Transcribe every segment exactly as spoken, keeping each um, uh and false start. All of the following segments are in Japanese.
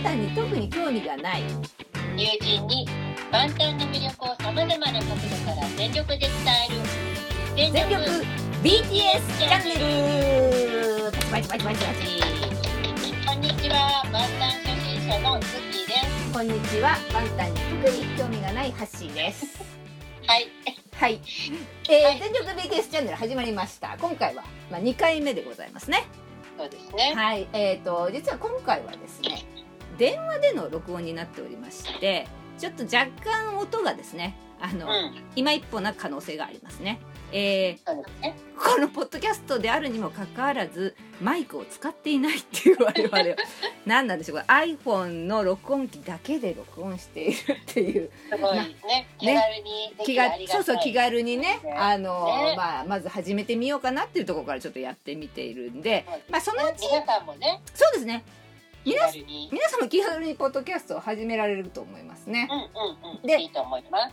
タンに特に興味がない友人にバンタンの魅力をさまざまな角度から全力で伝える全力 ビーティーエス チャンネル。パチパチパチパチパチ。 こんにちは、バンタン初心者のツッキーです。 こんにちは、バンタンに特に興味がないハッシーです。 はいはい、えーはい、 全力 ビーティーエス チャンネル始まりました。今回は、まあ、にかいめでございますね。 そうですね。 はい、えーと実は今回はですね、電話での録音になっておりまして、ちょっと若干音がですね、あの、うん、今一歩な可能性がありますね。えー、 そうですね。 このポッドキャストであるにもかかわらずマイクを使っていないっていう我々は何なんでしょうか。 iPhone の録音機だけで録音しているっていう、 すごいね、気軽にできる、ありがたい。 そうそう、気軽にね、 ね、 あの、 ね、 まあ、まず始めてみようかなっていうところからちょっとやってみているんで、まあ、そのうち皆さんもね、 そうですね、 気軽に皆さんも気軽にポッドキャストを始められると思いますね。 うんうんうん、 で、 いいと思います。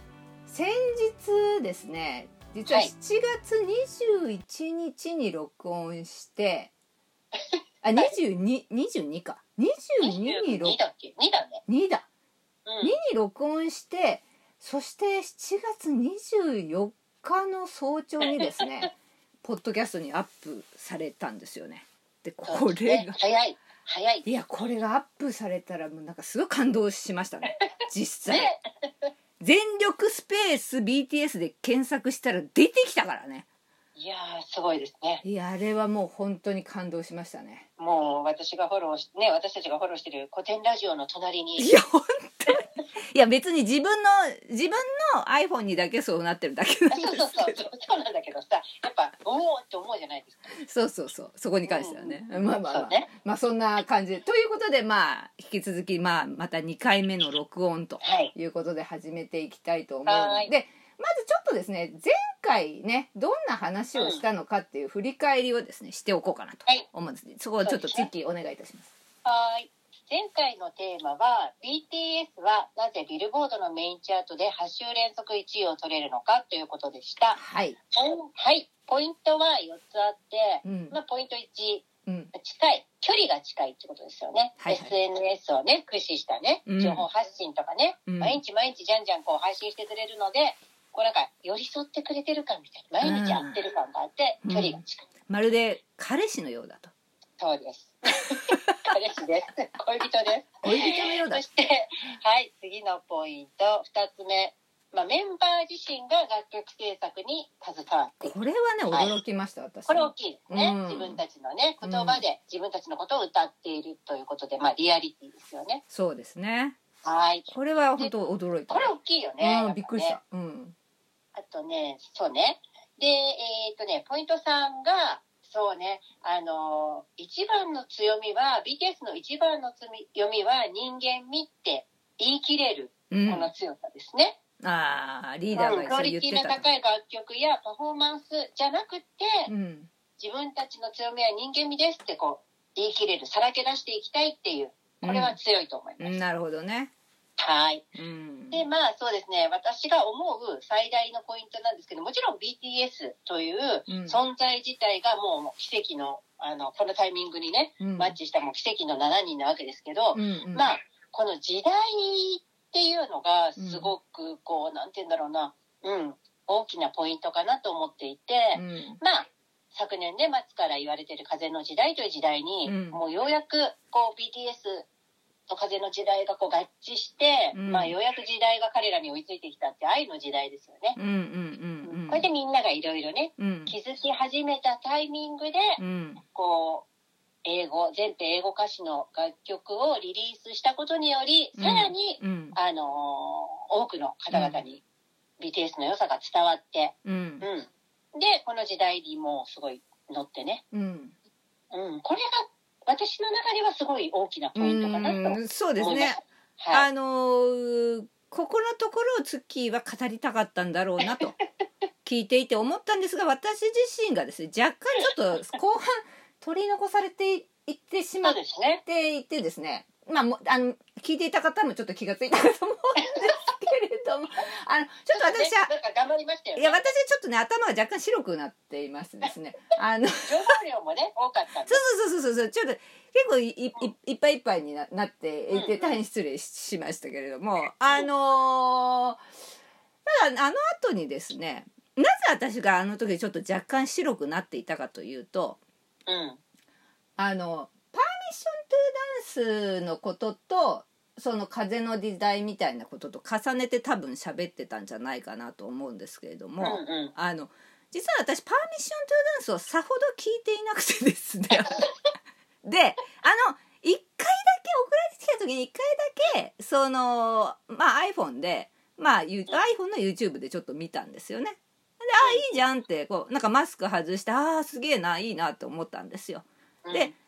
先日ですね、実はしちがつにじゅういちにちに録音して、はい、あ、にじゅうに、にじゅうにか。にじゅうにに録音。 にだっけ？にだね。 にだ。 うん、 にに録音して、そしてしちがつにじゅうよっかの早朝にですね、ポッドキャストにアップされたんですよね。で、これが、 ね、早い。早い。 いや、これがアップされたらもうなんかすごい感動しましたね。実際。ね、全力スペース ビーティーエス で検索したら出てきたからね。 いやー、すごいですね。 いや、あれはもう本当に感動しましたね。 もう私がフォローしね、私たちがフォローしてる古典ラジオの隣に。 いや、本当に。いや、別に自分の自分の iPhone にだけそうなってるだけなんですけど。 そうそうそう、そうなんだけどさ、やっぱおおって思うじゃないですか。 そうそうそう、そこに関してはね。うん、まあまあまあ、 ね、 まあそんな感じで、ということで、まあ引き続き、まあまたにかいめの録音ということで始めていきたいと思うので、はい、でまずちょっとですね、前回ね、どんな話をしたのかっていう振り返りをですね、しておこうかなと思うんです、はい、そこをちょっとチッキーお願いいたします。 はい。前回のテーマは ビーティーエス はなぜビルボードのメインチャートではちしゅう連続いちいを取れるのかということでした。 はい。 はい。ポイントはよっつあって、うん、まあ、ポイントいち、うん、近い、距離が近いってことですよね。はいはい、エスエヌエス をね、駆使したね、情報発信とかね、うん、毎日毎日じゃんじゃんこう配信してくれるので、こうなんか寄り添ってくれてる感みたいな、毎日会ってる感があって、距離が近い、 うん。まるで彼氏のようだと。 そうです。彼氏です。恋人です。 恋人のようだ。 そして、はい、次のポイント、二つ目。まあ、メンバー自身が楽曲制作に携わっている。 これはね、驚きました、はい、私。 これ大きいですね、うん。自分たちのね、言葉で自分たちのことを歌っているということで、まあ、リアリティですよね。 そうですね。 はい。 これは本当驚いた。 これ大きいよね。 うん、びっくりした。うん。 あとね、そうね。で、えー、っとね、ポイントさんが、そうね、あの一番の強みは ビーティーエス の一番の強みは人間味って言い切れる、この強さですね。 うん、ああ、リーダーが一緒に言ってた。 クオリティの高い楽曲やパフォーマンスじゃなくて、うん、自分たちの強みは人間味ですってこう言い切れる、さらけ出していきたいっていう、これは強いと思います。 うん、なるほどね。 はい、うん、でまあそうですね、私が思う最大のポイントなんですけど、もちろん ビーティーエス という存在自体がもう奇跡の、あのこのタイミングにね、うん、マッチしたもう奇跡のしちにんなわけですけど、うんうん、まあこの時代っていうのがすごくこう、うん、なんて言うんだろうな、うん、大きなポイントかなと思っていて、うん、まあ昨年ね、末から言われている風の時代という時代に、うん、もうようやくこう ビーティーエスと風の時代がこう合致して、うん、まあようやく時代が彼らに追いついてきたって愛の時代ですよね。 うんうんうんうん、 これでみんながいろいろね、うん、気づき始めたタイミングで、うん、こう英語全編英語歌詞の楽曲をリリースしたことにより、さらに、うん、あのー、多くの方々に ビーティーエス の良さが伝わって、うんうん、でこの時代にもうすごい乗ってね、うんうん、これが私の中ではすごい大きなポイントかなと思います。 そうですね、はい、あのー、ここのところをツッキーは語りたかったんだろうなと聞いていて思ったんですが、私自身がですね、若干ちょっと後半取り残されていってしまっていてですね、まあ、あの聞いていた方もちょっと気がついたと思うんですけれども、あのちょっと私は、 なんか頑張りましたよね。 いや、私はちょっとね、頭が若干白くなっていますですね。あの情報量もね多かったんで。 そうそうそうそうそう、ちょっと結構いいいっぱいいっぱいに な, なっていて大変失礼しましたけれども、うん、あのー、ただあの後にですね、なぜ私があの時ちょっと若干白くなっていたかというと、 うん、 あのパーミッショントゥーダンスのこととその風の時代みたいなことと重ねて多分喋ってたんじゃないかなと思うんですけれども、 うんうん、 あの実は私パーミッショントゥーダンスをさほど聞いていなくてですねで、あのいっかいだけ送られてきた時にいっかいだけその、まあ、iPhone で、まあ、iPhone の YouTube でちょっと見たんですよね。で、あ、いいじゃんってこうなんかマスク外して、ああすげえないいなって思ったんですよ。でそれで、ああいい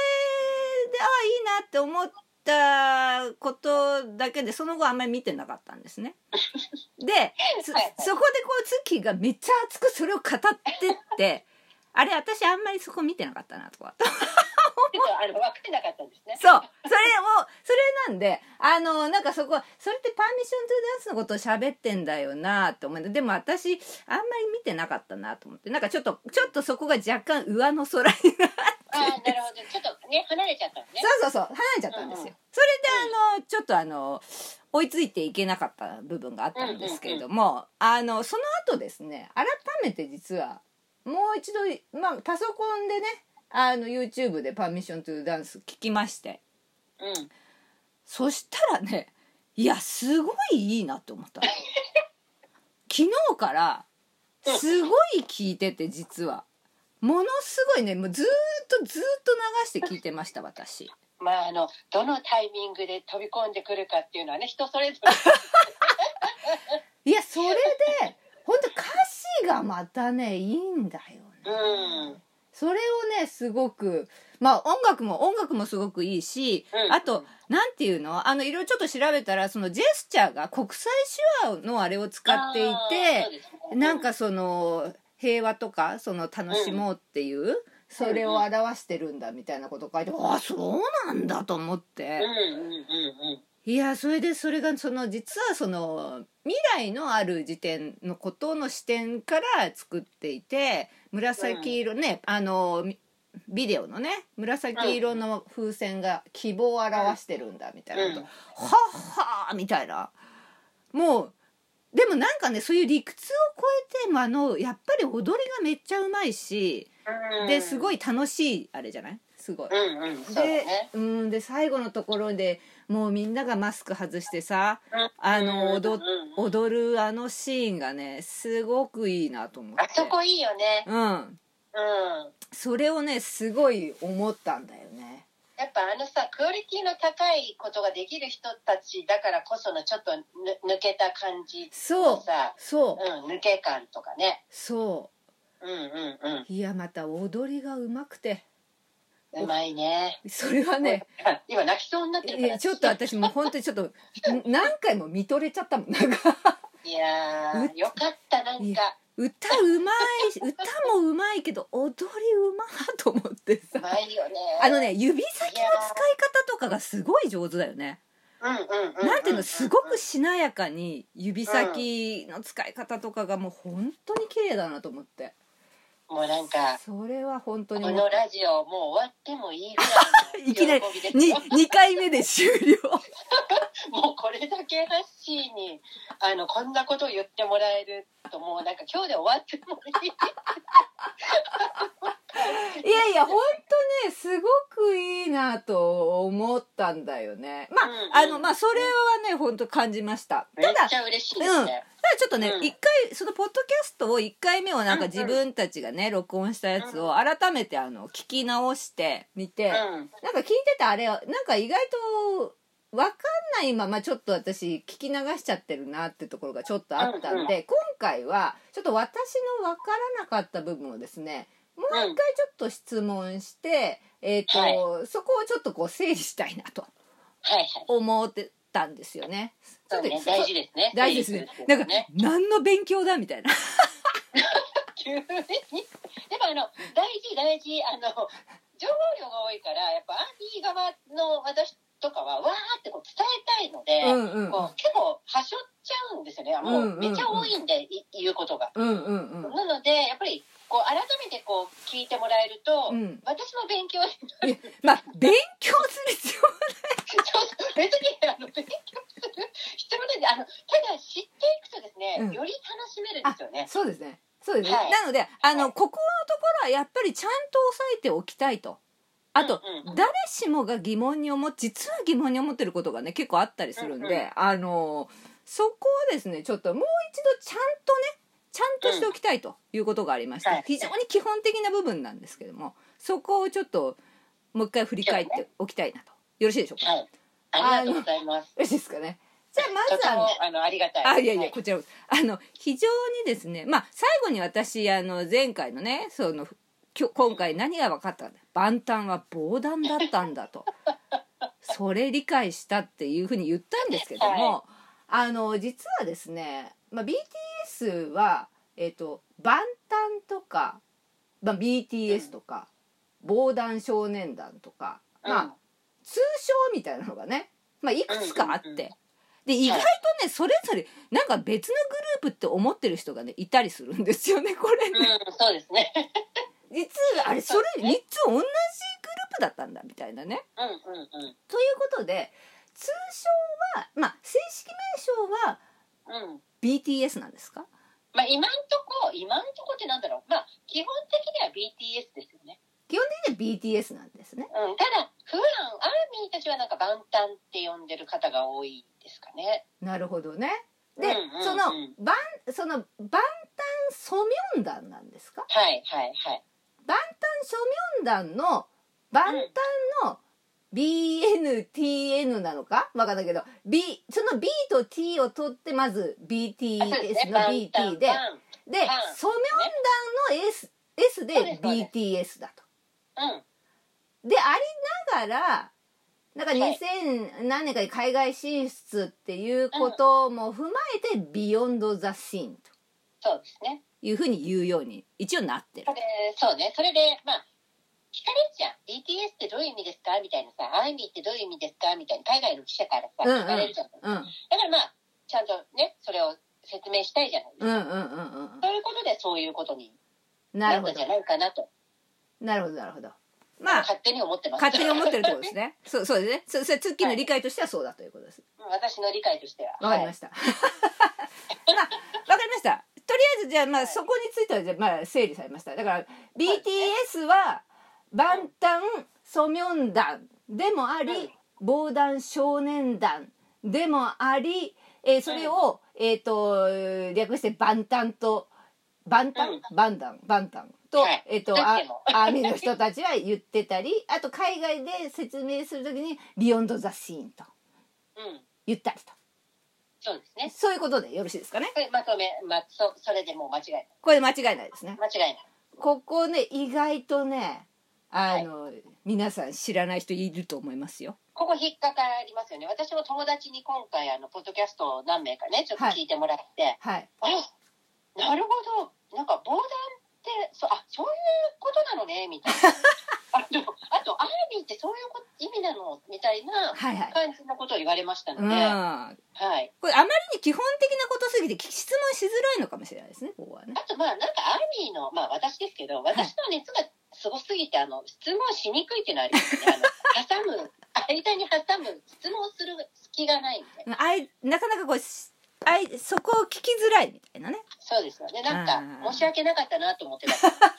なって思ったことだけでその後あんまり見てなかったんですね。で そ, そこでこうツッキーがめっちゃ熱くそれを語ってってあれ私あんまりそこ見てなかったなとかちょっとあの分かってなかったんですね。 そうそれをそれなんであのなんかそこそれってパーミッショントゥーダンスのことを喋ってんだよなと思って、でも私あんまり見てなかったなと思って、なんかちょっとちょっとそこが若干上の空になってああなるほど、ちょっとね離れちゃったのね。 そうそうそう離れちゃったんですよ、うんうん、それであのちょっとあの追いついていけなかった部分があったんですけれども、うんうんうん、あのその後ですね改めて実はもう一度、まあ、パソコンでねあの YouTube でパーミッショントゥーダンス聞きまして、 うん、 そしたらねいやすごいいいなと思った昨日からすごい聞いてて、実はものすごいねもうずっとずっと流して聞いてました私。 まああのどのタイミングで飛び込んでくるかっていうのはね人それぞれいやそれで本当歌詞がまたねいいんだよね、 うん、 それをねすごくまあ音楽も音楽もすごくいいし、うん、あとなんていうのあのいろいろちょっと調べたらそのジェスチャーが国際手話のあれを使っていて、ね、なんかその平和とかその楽しもうっていう、うん、それを表してるんだみたいなこと書いて、うん、ああそうなんだと思って、うんうんうんうん、いやそれでそれがその実はその未来のある時点のことの視点から作っていて、紫色ね、うん、あのビデオのね紫色の風船が希望を表してるんだみたいなこと、うん、はっはーみたいな、もうでもなんかねそういう理屈を超えてもあのやっぱり踊りがめっちゃうまいし、うん、ですごい楽しいあれじゃないすごい、うんうん、で、ね、うんで最後のところでもうみんながマスク外してさ、うん、あの 踊, 踊るあのシーンがねすごくいいなと思って、 あそこいいよね、 うん、うん、それをねすごい思ったんだよね。 やっぱあのさクオリティの高いことができる人たちだからこそのちょっと抜けた感じのさ、 そう、 うん、抜け感とかね、 そう、 うんうんうん、 いやまた踊りがうまくてうまいね。 それはね今泣きそうになってるから、 ちょっと私もう本当にちょっと何回も見とれちゃったもんなんかいやーよかったなんか歌うまい歌もうまいけど踊りうまなと思ってさ、 うまいよね。 あのね指先の使い方とかがすごい上手だよね。 うんうんうん、 なんていうのすごくしなやかに指先の使い方とかがもう本当に綺麗だなと思って、 もうなんかそれは本当にこのラジオもう終わってもいいぐらいのいきなり 2, にかいめで終了もうこれだけハッシーにあのこんなことを言ってもらえるともうなんか今日で終わってもいいいやいや本当ねすごくいいなと思ったんだよね。まあ、うんうん、あのまあそれはね本当感じました。 めっちゃ嬉しいですね。うん、ただちょっとね一、うん、回そのポッドキャストをいっかいめをなんか自分たちがね、うんうん、録音したやつを改めてあの聞き直してみて、うん、なんか聞いてたあれなんか意外と分かんないままちょっと私聞き流しちゃってるなってところがちょっとあったんで、うんうん、今回はちょっと私の分からなかった部分をですねもう一回ちょっと質問して、うん、えーとはい、そこをちょっとこう整理したいなと思ってたんですよね。 そうね、大事ですね。 大事ですね。なんか何の勉強だみたいな。 急に。でもあの大事大事あの情報量が多いからやっぱアンディ側の私とかはわーってこう伝えたいので、うんうん、こう結構はしょっちゃがもうめっちゃ多いんで、うんうんうん、言うことが、 うんうんうん、 なのでやっぱりこう改めてこう聞いてもらえると、うん、私も勉強になる。 まあ勉強する必要はない別にあの勉強する必要ないで、あのただ知っていくとですね、うん、より楽しめるんですよね。 そうですね、そうですね、はい、なのであの、はい、ここのところはやっぱりちゃんと押さえておきたいと。あと、うんうんうん、誰しもが疑問に思っ実は疑問に思ってることがね結構あったりするんで、うんうん、あのそこをですねちょっともう一度ちゃんとねちゃんとしておきたいということがありまして、うん、非常に基本的な部分なんですけども、そこをちょっともう一回振り返っておきたいなと。よろしいでしょうか。 はい、ありがとうございます。 よろしいですかね。じゃあまずは、 ね、あのありがたい。 あいやいや、はい、こちらあの非常にですね、まあ最後に私あの前回のねその今回何が分かったか、万端は防弾だったんだとそれ理解したっていうふうに言ったんですけども、はい、あの実はですね、まあ、ビーティーエス は、えーと、万端とか、まあ、ビーティーエス とか、うん、防弾少年団とか、うん、まあ通称みたいなのがね、まあ、いくつかあって、うんうんうん、で意外とねそれぞれなんか別のグループって思ってる人がねいたりするんですよねこれね、 うん、そうですね実はあれそれみっつ同じグループだったんだみたいなね、 うんうんうん、ということで通称はまあ正式名称は ビーティーエス なんですか、うん、 まあ今んとこ今んとこってなんだろう、まあ基本的には ビーティーエス ですよね。 基本的には ビーティーエス なんですね、 うん、ただ普段アーミーたちはなんか万端って呼んでる方が多いですかね。 なるほどね。で、うんうんうん、その万その万端ソミョン団なんですか。 はいはいはい。 万端ソミョン団の万端の ビーエヌティーエヌ なのか分かんないけど、B、その B と T を取ってまず ビーティーエス の ビーティー で、でソミョン団の S, S で ビーティーエス だと。うん、でありながらなんかにせん何年かに海外進出っていうことも踏まえて、ビヨンドザシーンとそうですねいうふうに言うように一応なってる。 それそうね、それでまあ聞かれるじゃん、 ビーティーエス ってどういう意味ですかみたいなさ、アーミーってどういう意味ですかみたいな海外の記者からさ、うんうん、聞かれるじゃん、うん、だからまあちゃんとねそれを説明したいじゃないですか、うんうんうんうん、そういうことでそういうことになったんじゃないかなと。 なるほどなるほど、まあ、 勝手に思ってます。 勝手に思ってるってことですね。そう、そうですね。そ、それ、ツッキーの理解としてはそうだということです。 はい、私の理解としては。 わかりました。はい、まあ、わかりました。とりあえず、じゃあ、まあ、そこについては、じゃあ、まあ、整理されました。だから、ビーティーエス は、万端ソミョン団でもあり、うん、防弾少年団でもあり、えー、それを、うん、えっと、略して、万端と、万端、うん、万端、万端。と、はい、えっと、アーミーの人たちは言ってたり、あと海外で説明するときにビヨンドザシーンと言ったりと、 うん、そうですね。 そういうことでよろしいですかね。 これまとめ、ま、そ、それでもう間違いない。 これで間違いないですね。 間違いない。 ここね意外とねあの、はい、皆さん知らない人いると思いますよ。 ここ引っかかりますよね。私も友達に今回あのポッドキャストを何名かねちょっと聞いてもらって、はいはい、あ、なるほど、なんか防弾でそあそういうことなのねみたいなあとあとアーミーってそういう意味なのみたいな感じのことを言われましたので、はいはいはい、これあまりに基本的なことすぎて質問しづらいのかもしれないですねここはね。 あとまあなんかアーミーのまあ私ですけど私の熱がすごすぎて、はい、あの質問しにくいっていうのはありますね。あの挟む間に挟む質問する隙がないみたいな。 あいなかなかこうあいそこを聞きづらいみたいなね。 そうですよね。なんか申し訳なかったなと思ってた。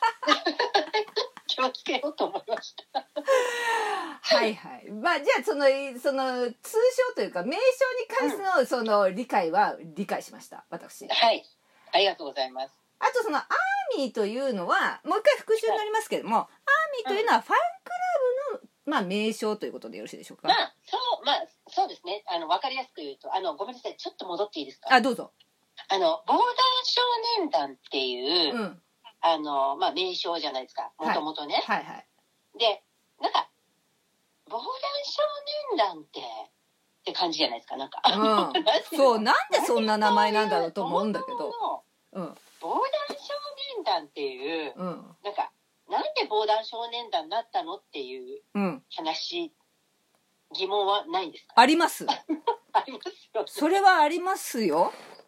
気をつけようと思いました。 はいはい。まあじゃあそのその通称というか名称に関してのその理解は理解しました私。 はい。ありがとうございます。 あとそのアーミーというのはもう一回復習になりますけれども、はい、アーミーというのはファンクラブの、まあ、名称ということでよろしいでしょうか。 まあそうまあそうですね。あの分かりやすく言うとあのごめんなさいちょっと戻っていいですか。 あどうぞ。 あの防弾少年団っていう、うん、あのまあ名称じゃないですかもともとね。はいはいはい。でなんか防弾少年団ってって感じじゃないですかなんか。 うん、そうなんでそんな名前なんだろうと思うんだけど。 うん。防弾少年団っていう、うん、なんかなんで防弾少年団になったのっていう話、うん、疑問はないんですか。 あります。 ありますよ。 それはありますよ。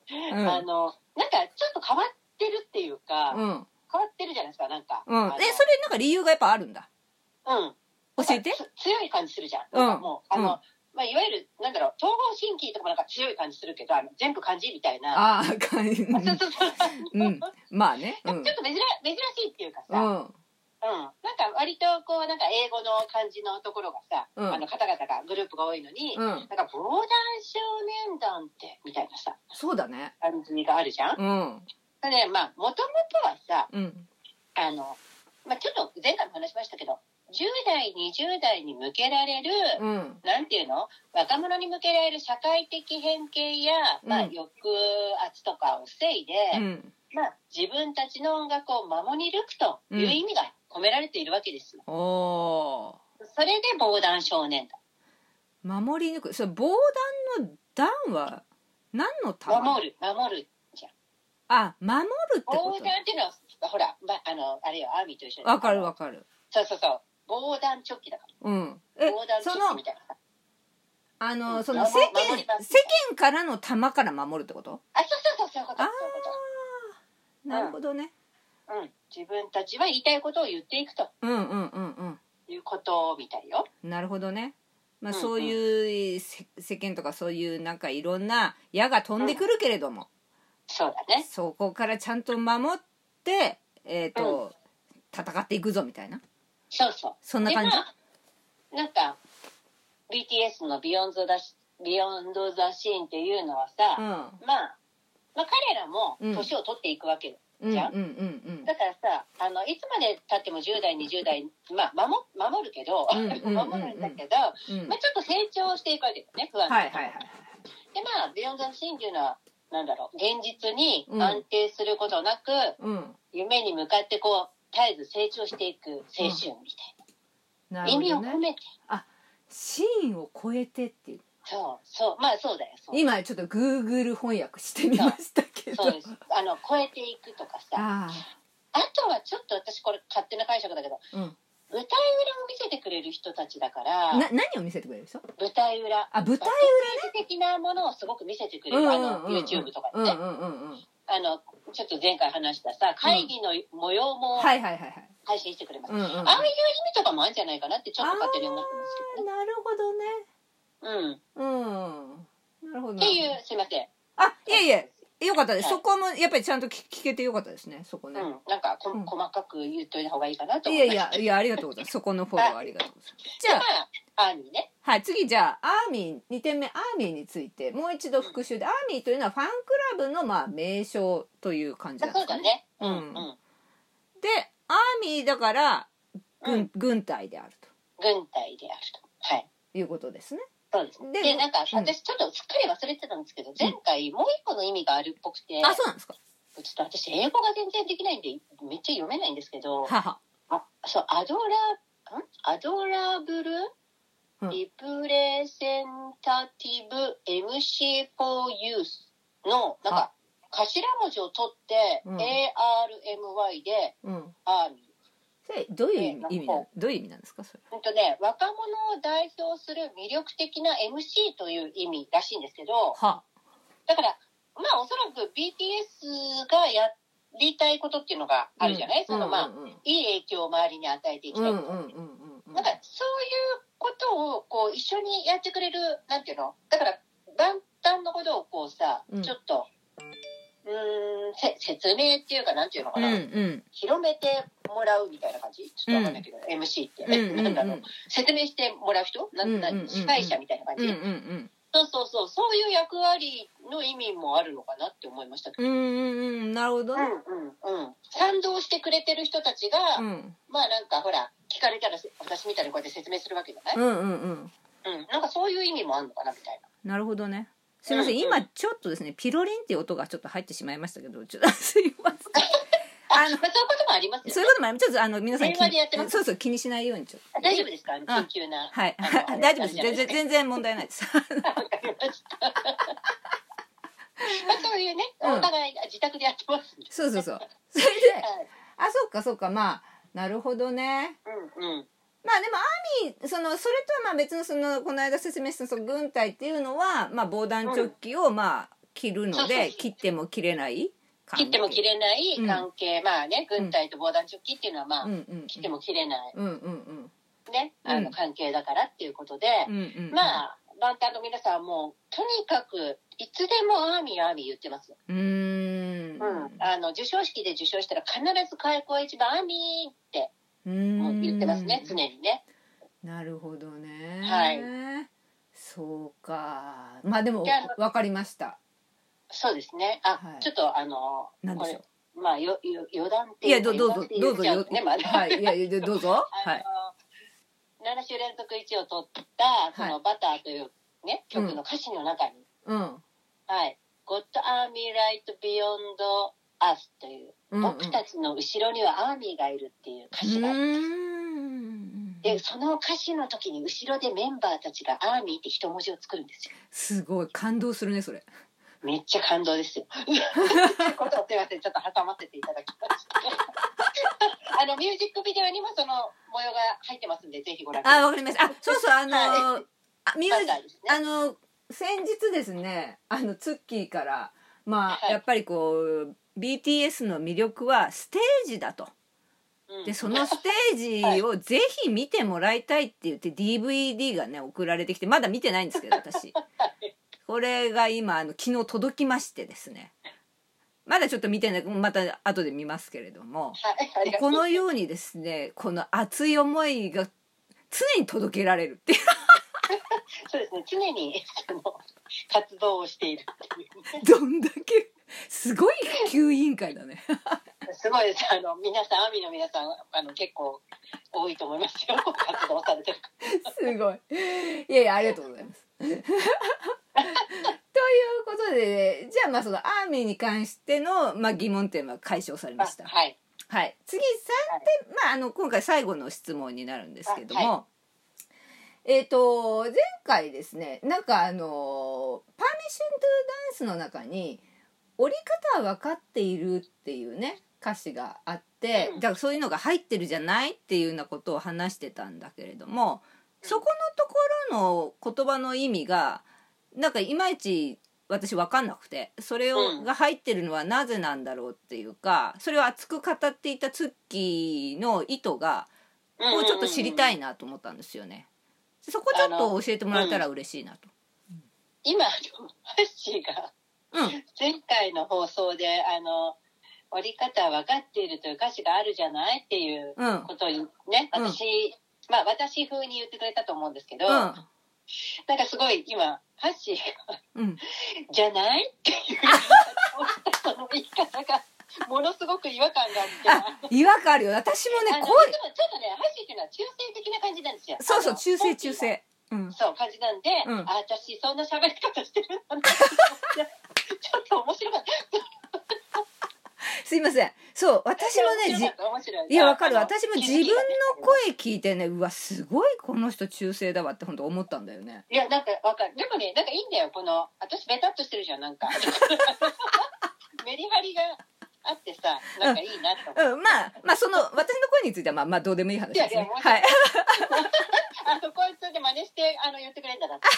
うん、あのなんかちょっと変わってるっていうか、うん、変わってるじゃないですか、なんか、 うん、えそれなんか理由がやっぱあるんだ。 うん教えて。 強い感じするじゃん。なんかもう、うん、あの、うん、まあ、いわゆるなんだろう、統合神経とかもなんか強い感じするけど、あの全部漢字みたいな。 ああ、漢字。そうそうそう。うん、まあね、 うん、ちょっと珍珍しいっていうかさ。うんうん、なんか割とこうなんか英語の漢字のところがさ、うん、あの方々がグループが多いのに、うん、なんか防弾少年団ってみたいなさ、 そうだね、 感じがあるじゃん。うん、それでまあもともとはさ、うん、あのまあちょっと前回も話しましたけど、じゅう代にじゅう代に向けられる、うん、なんていうの、若者に向けられる社会的偏見や、うん、まあ抑圧とかを防いで、うん、まあ自分たちの音楽を守り抜くという意味が、うん込められているわけですよ。おそれで防弾少年団。守り抜く。それ防弾の弾は何のため？ 守る守るじゃん。 あ、守るってこと。 防弾っていうのはほら、ま、あのあれよ、アーミーと一緒に。 わかるわかる。 そうそうそう。防弾チョッキだから。うん。え、防弾チョッキみたいな。 あの、うん、その世間世間からの弾から守るってこと？ あ、そうそうそうそういうこと。ああ、なるほどね。 うん、自分たちは言いたいことを言っていくと、うんうんうんうん、いうことみたいよ。 なるほどね。まあ、うんうん、そういう世間とかそういうなんかいろんな矢が飛んでくるけれども、うん、 そうだね。 そこからちゃんと守ってえっ、ー、と、うん、戦っていくぞみたいな。 そうそう。 そんな感じ。 まあ、なんか ビーティーエス のビヨンドザビヨンドザシーンっていうのはさ、うん、まあまあ彼らも年を取っていくわけよ。うんじゃん、うんうんうんうん、だからさあのいつまで経ってもじゅう代にじゅう代、まあ、守, 守るけど、うんうんうんうん、守るんだけど、うんまあ、ちょっと成長していくわけだよね不安なところ、はいはいはい、でまあビヨンドザシーンっていうのはなんだろう現実に安定することなく、うん、夢に向かってこう絶えず成長していく青春みたいな、うん、なるほどね、意味を込めてあシーンを超えてっていうそうそうまあそうだよそう今ちょっと Google 翻訳してみましたけどそうですあの超えていくとかさ あ, あとはちょっと私これ勝手な解釈だけど、うん、舞台裏を見せてくれる人たちだからな何を見せてくれる人舞台裏あ舞台裏、ね、 的なものをすごく見せてくれる、うんうんうんうん、あの YouTube とかでね、うんうんうんうん、あのちょっと前回話したさ会議の模様も配信してくれます、うんうんうん、ああいう意味とかもあるんじゃないかなってちょっと勝手に思ってますけどね。 なるほどねうん、うん、なるほど。 っていうすいません。 あ、いえいえ、よかったです。はい、そこもやっぱりちゃんと聞けてよかったですね。そこね。 うん、なんかこ、うん、細かく言っといた方がいいかなと思いました。 いやいやいやありがとうございます。そこのフォローありがとうございます。じゃあ、アーミーね。 はい、次じゃあアーミーにてんめアーミーについてもう一度復習で、うん、アーミーというのはファンクラブのまあ名称という感じなんですかね。 そうだね。うんうん。 で、アーミーだから軍、うん、軍隊であると。 軍隊であると。はい。 いうことですね。 そうです。で、でなんか、うん、私ちょっとすっかり忘れてたんですけど、前回もう一個の意味があるっぽくて、 あ、そうなんですか。 ちょっと私英語が全然できないんでめっちゃ読めないんですけど、ははあ、そうアドラんアドラブル、うん、リプレゼンタティブ エムシー for Youth のなんか頭文字を取って、うん、エーアールエムワイ で、うん、アーミー。 どういう意味などういう意味なんですかそれ。 本当ね、若者を代表する魅力的な エムシー という意味らしいんですけど、はだからまあおそらく ビーティーエス がやりたいことっていうのがあるじゃない、うん、そのまあ、うんうんうん、いい影響を周りに与えていきたいこと、うんうんうんうん、なんかそういうことをこう一緒にやってくれるなんていうのだから万端のことをこうさ、うん、ちょっとうーんせ説明っていうかなんていうのかな、うんうん、広めてもらうみたいな感じちょっとわかんないけど、うん、エムシー って、うんうんうん、なんだろう説明してもらう人なん、うんうんうん、司会者みたいな感じ、うんうんうん、そうそうそうそういう役割の意味もあるのかなって思いましたけど、うんうんなるほどね、 うんうんうん、賛同してくれてる人たちが、うん、まあなんかほら聞かれたら私みたいにこうやって説明するわけじゃない、うんうんうんうん、なんかそういう意味もあるのかなみたいな。 なるほどね。すいません、うんうん、今ちょっとですねピロリンっていう音がちょっと入ってしまいましたけどちょっとすいませんあの、まあ、そういうこともありますよね。 そういうこともあります。ちょっとあの皆さんそうそう気にしないようにちょっと。大丈夫ですか？緊急な。 はい。大丈夫です。全然全然問題ないです。わかりました。 そういうね、お互い自宅でやってますんで。 そうそうそう。それで、あ、そうかそうかまあなるほどね。うんうん。まあでもアーミーそのそれとはまあ別のそのこの間説明したその軍隊っていうのはまあ防弾チョッキをまあ切るので切っても切れない切っても切れない関係、うん、まあね軍隊と防弾チョッキっていうのはまあ、うんうんうん、切っても切れない、うんうんうんね、あの関係だからっていうことで、うんうんうん、まあバンタンの皆さんはもうとにかくいつでもアーミーアーミー言ってます。うーん、うん、あの授賞式で受賞したら必ず開口一番アーミーってもう言ってますね、常にね。 なるほどね。 はい。 そうか。まあでも分かりました。 そうですね。あ、はい、ちょっとあの何でしょう。まあよよ余談っていやどうぞどうぞよ、 ね、まだはいいやどうぞはい。 なな週連続いちいを取ったそのバターというね、はい、曲の歌詞の中に、うん、はい、God Army Right Beyond Us という、うんうん、僕たちの後ろにはアーミーがいるっていう歌詞があります。でその歌詞の時に後ろでメンバーたちがアーミーって一文字を作るんですよ。 すごい感動するねそれ。 めっちゃ感動ですよ。ことをすいませんちょっと挟ませていただきました。あのミュージックビデオにもその模様が入ってますんでぜひご覧ください。 あ、わかりました。あ、そうそうあのーはい、あミュージ、ね、あの先日ですねあのツッキーからまあ、はい、やっぱりこう ビーティーエス の魅力はステージだと。でそのステージをぜひ見てもらいたいって言って ディーブイディー がね送られてきてまだ見てないんですけど私これが今あの昨日届きましてですねまだちょっと見てないまた後で見ますけれども、はい、このようにですねこの熱い思いが常に届けられるっていうそうですね常にその活動をしているっていう、 ね、どんだけすごい普及委員会だねすごいです。あの皆さんアミの皆さんあの結構多いと思いますよ活動されてるすごいいやいやありがとうございますということで、じゃあまあそのアーミーに関しての、まあ、疑問点は解消されました。 はい。 はい。次さんてん、はい、まああの今回最後の質問になるんですけども、はい、えっと前回ですね、なんかあのパーミッショントゥーダンスの中に折り方は分かっているっていうね歌詞があって、だからそういうのが入ってるじゃないっていうようなことを話してたんだけれども、そこのところの言葉の意味がなんかいまいち私分かんなくてそれをが入ってるのはなぜなんだろうっていうかそれを熱く語っていたツッキーの意図がをちょっと知りたいなと思ったんですよね。そこちょっと教えてもらえたら嬉しいなと。 うん、今ハッシーが前回の放送であの折り方分かっているという歌詞があるじゃないっていうことにね、うん、私、うんまあ私風に言ってくれたと思うんですけど、うん、なんかすごい今ハッシーが、うん、じゃないっていうその言い方がものすごく違和感があって違和感あるよ私もねこうちょっとねハッシーっていうのは中性的な感じなんですよ。 そうそう中性中性、 うん、そう感じなんで、うん、あ私そんな喋り方してるんだなちょっと面白かったすいませんそう私もねじいやわかる私も自分の声聞いてねうわすごいこの人中性だわって本当思ったんだよね。 いやなんかわかるでもねなんかいいんだよこの私ベタっとしてるじゃんなんかメリハリがあってさなんかいいなと思って、 うんうん、まあまあその私の声についてはまあまあどうでもいい話ですね。はいあそこいつで真似してあの言ってくれんだなって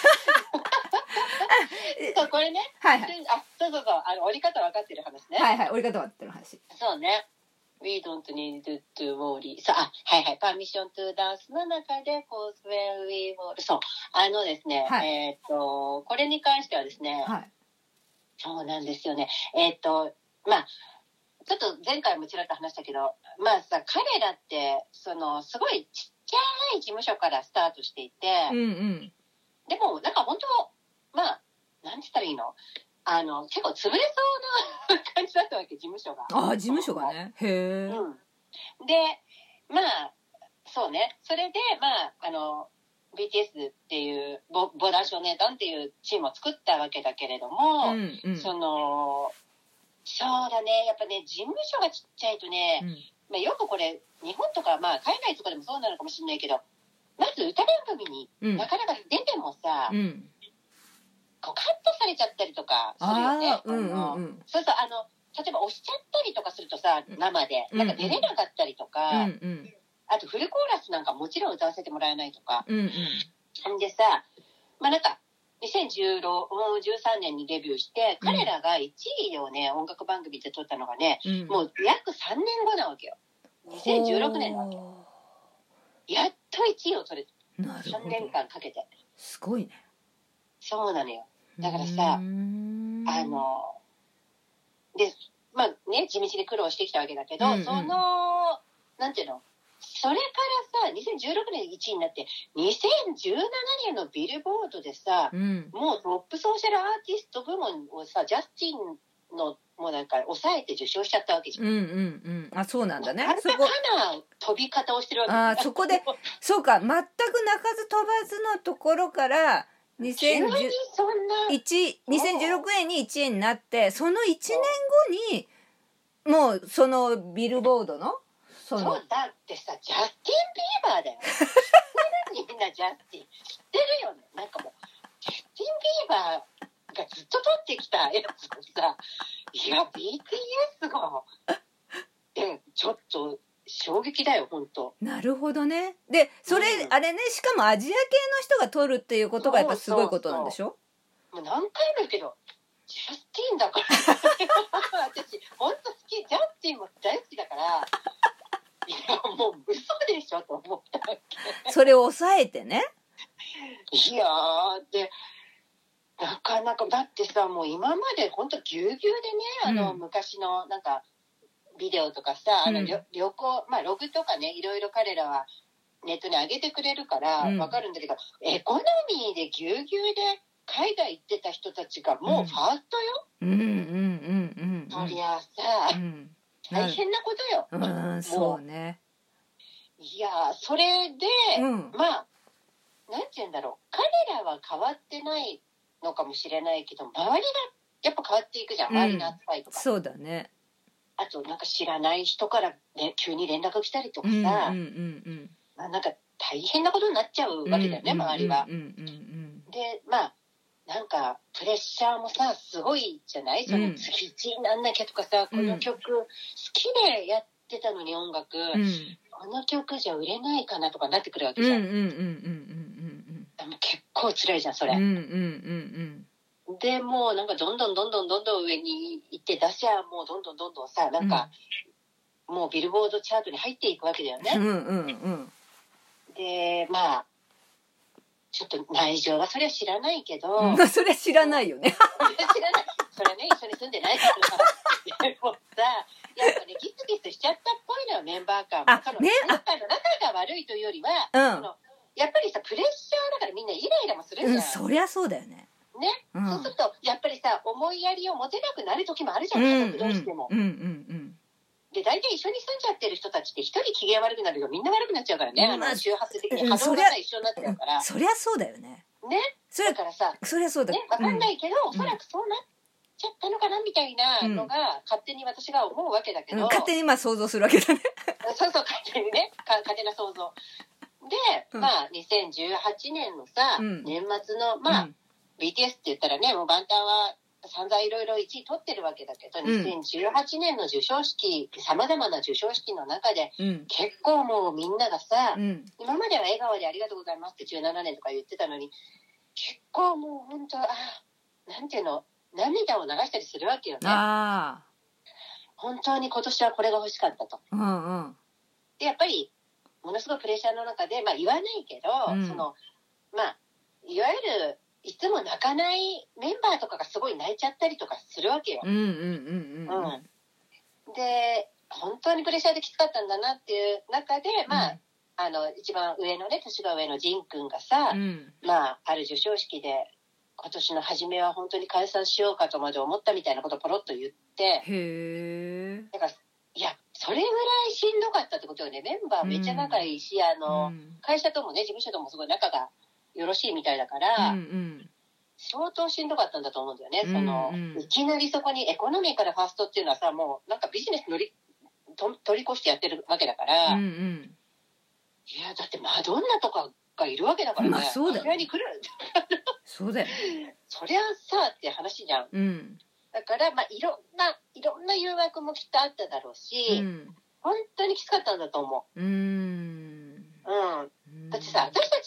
そうこれね、はいはい、あそうそうそうあの折り方分かってる話ね。 はいはい折り方分かってる話。 そうね。We don't need to worry. さあはいはいパーミッショントゥーダンスの中で Cause when we fall そうあのですね、はい、えっ、ー、とこれに関してはですね、はい、そうなんですよねえっ、ー、とまあちょっと前回もちらっと話したけどまあさ彼らってそのすごいちっちゃい事務所からスタートしていて、うんうん、でもなんか本当まあなんて言ったらいいのあの結構潰れそうな感じだったわけ事務所が。 ああ事務所がねへえ、 うん、でまあそうねそれでまああの ビーティーエス っていうボボダン少年団っていうチームを作ったわけだけれども、うんうん、そのそうだねやっぱね事務所がちっちゃいとね、うんまあ、よくこれ日本とか、まあ、海外とかでもそうなのかもしれないけどまず歌番組になかなか出てもさ、うん、こうカットされちゃったりとかするよね。うんうんうん、そうそうあの例えば押しちゃったりとかするとさ生でなんか出れなかったりとか、うんうん、あとフルコーラスなんかもちろん歌わせてもらえないとか、うんうん、でさまあなんかにせんじゅうさんねんにデビューして、うん、彼らがいちいをね音楽番組で取ったのがね、うん、もう約さんねんごなわけよ。にせんじゅうろくねんなわけ。やっといちいを取れた。さんねんかんかけて。 すごいね。 そうなのよ。だからさ、あのでまあね地道に苦労してきたわけだけど、うんうん、そのなんていうの、それからさにせんじゅうろくねんいちいになってにせんじゅうななねんのビルボードでさ、うん、もうトップソーシャルアーティスト部門をさジャスティンのもうなんか抑えて受賞しちゃったわけじゃん。 うんうんうん。あ、そうなんだね。 あんなかな飛び方をしてるわけ。 あ、そこでそうか、全く鳴かず飛ばずのところからにせんじゅういち、にせんじゅうろくねんにいちいになって、そのいちねんごにもうそのビルボードのそのそうだってさジャスティン・ビーバーだよ。みんなジャスティン知ってるよね。なんかもうジャスティン・ビーバーがずっと撮ってきたやつをさ、いや ビーティーエス がえちょっと衝撃だよ本当。 なるほどね。でそれ、うん、あれね、しかもアジア系の人が撮るっていうことがやっぱすごいことなんでしょ。 そうそうそう、もう何回も言うけどジャスティンだから私本当好き、ジャスティンも大好きだからいやもう嘘でしょと思ったわけ。 それを抑えてね。 いやーでなかなかだってさ、もう今まで本当ぎゅうぎゅうでね、あの、うん、昔のなんかビデオとかさ、あの、うん、旅行、まあログとかね、いろいろ彼らはネットに上げてくれるからわかるんだけど、うん、エコノミーでぎゅうぎゅうで海外行ってた人たちがもうファーストよ。 うんうんうんうんうん。 そりゃさ、うん、大変なことよ。 うん、そうね。 いやそれで、うん、まあなんて言うんだろう、彼らは変わってないのかもしれないけど、周りがやっぱ変わっていくじゃん、周りの扱いとか、 うん、そうだね。 あとなんか知らない人から、ね、急に連絡来たりとかさ、うんうんうんうんまあ、なんか大変なことになっちゃうわけだよね、うんうん、周りは、うんうんうん、でまあなんかプレッシャーもさすごいじゃない、その次いちいになんなきゃとかさ、うん、この曲好きでやってたのに音楽、うん、この曲じゃ売れないかなとかなってくるわけじゃん。結構辛いじゃんそれ、うんうんうんうん、でもうなんかどんどんどんどんどんどん上に行って出しゃもうどんどんどんどんさなんか、うん、もうビルボードチャートに入っていくわけだよね、うんうんうん、でまあちょっと内情はそりゃ知らないけど、 うん、そりゃ知らないよね知らない、それね一緒に住んでないからでもさやっぱねギスギスしちゃったっぽいのよメンバー間。あ、そのね、仲が仲が悪いというよりは、うん、そのやっぱりさプレッシャーだからみんなイライラもするじゃん、うん、 そりゃそうだよね。 ね、うん、そうするとやっぱりさ思いやりを持てなくなる時もあるじゃん、家族同士でも、うんうんうん、で大体一緒に住んじゃってる人たちって一人機嫌悪くなるとみんな悪くなっちゃうからね、うん、あの周波数的に波動がさ一緒になっちゃうから、 そりゃそうだよね。 ね、だからさそりゃそうだ、 ね、分かんないけど、うん、おそらくそうなっちゃったのかなみたいなのが勝手に私が思うわけだけど、うん、 勝手にまあ想像するわけだねそうそう勝手にねか勝手な想像で、うん、まあにせんじゅうはちねんのさ、うん、年末のまあ、うん、ビーティーエス って言ったらねもう万端は散々いろいろいちい取ってるわけだけど、うん、にせんじゅうはちねんの授賞式さまざまな授賞式の中で、うん、結構もうみんながさ、うん、今までは笑顔でありがとうございますってじゅうななねんとか言ってたのに結構もう本当あなんていうの涙を流したりするわけよね。あ本当に今年はこれが欲しかったと、うんうん、でやっぱりものすごいプレッシャーの中で、まあ、言わないけど、うん、そのまあいわゆるいつも泣かないメンバーとかがすごい泣いちゃったりとかするわけよ。で本当にプレッシャーできつかったんだなっていう中で、うん、まああの一番上のね年が上のジン君がさ、うん、まあある授賞式で今年の初めは本当に解散しようかとまで思ったみたいなことをポロッと言って、へだからいやそれぐらいしんどかったってことよね。メンバーめっちゃ仲いいし、うん、あの会社ともね事務所ともすごい仲がよろしいみたいだから、うんうん、相当しんどかったんだと思うんだよね、うんうん、そのいきなりそこにエコノミーからファーストっていうのはさもうなんかビジネス乗りと取り越してやってるわけだから、うんうん、いやだってマドンナとかがいるわけだからね、まあ、そうだよねに来るそうだよねそりゃさって話じゃん、うん、だからまあいろんないろんな誘惑もきっとあっただろうし、うん、本当にきつかったんだと思う。うーんうんだってさ私たちだってさ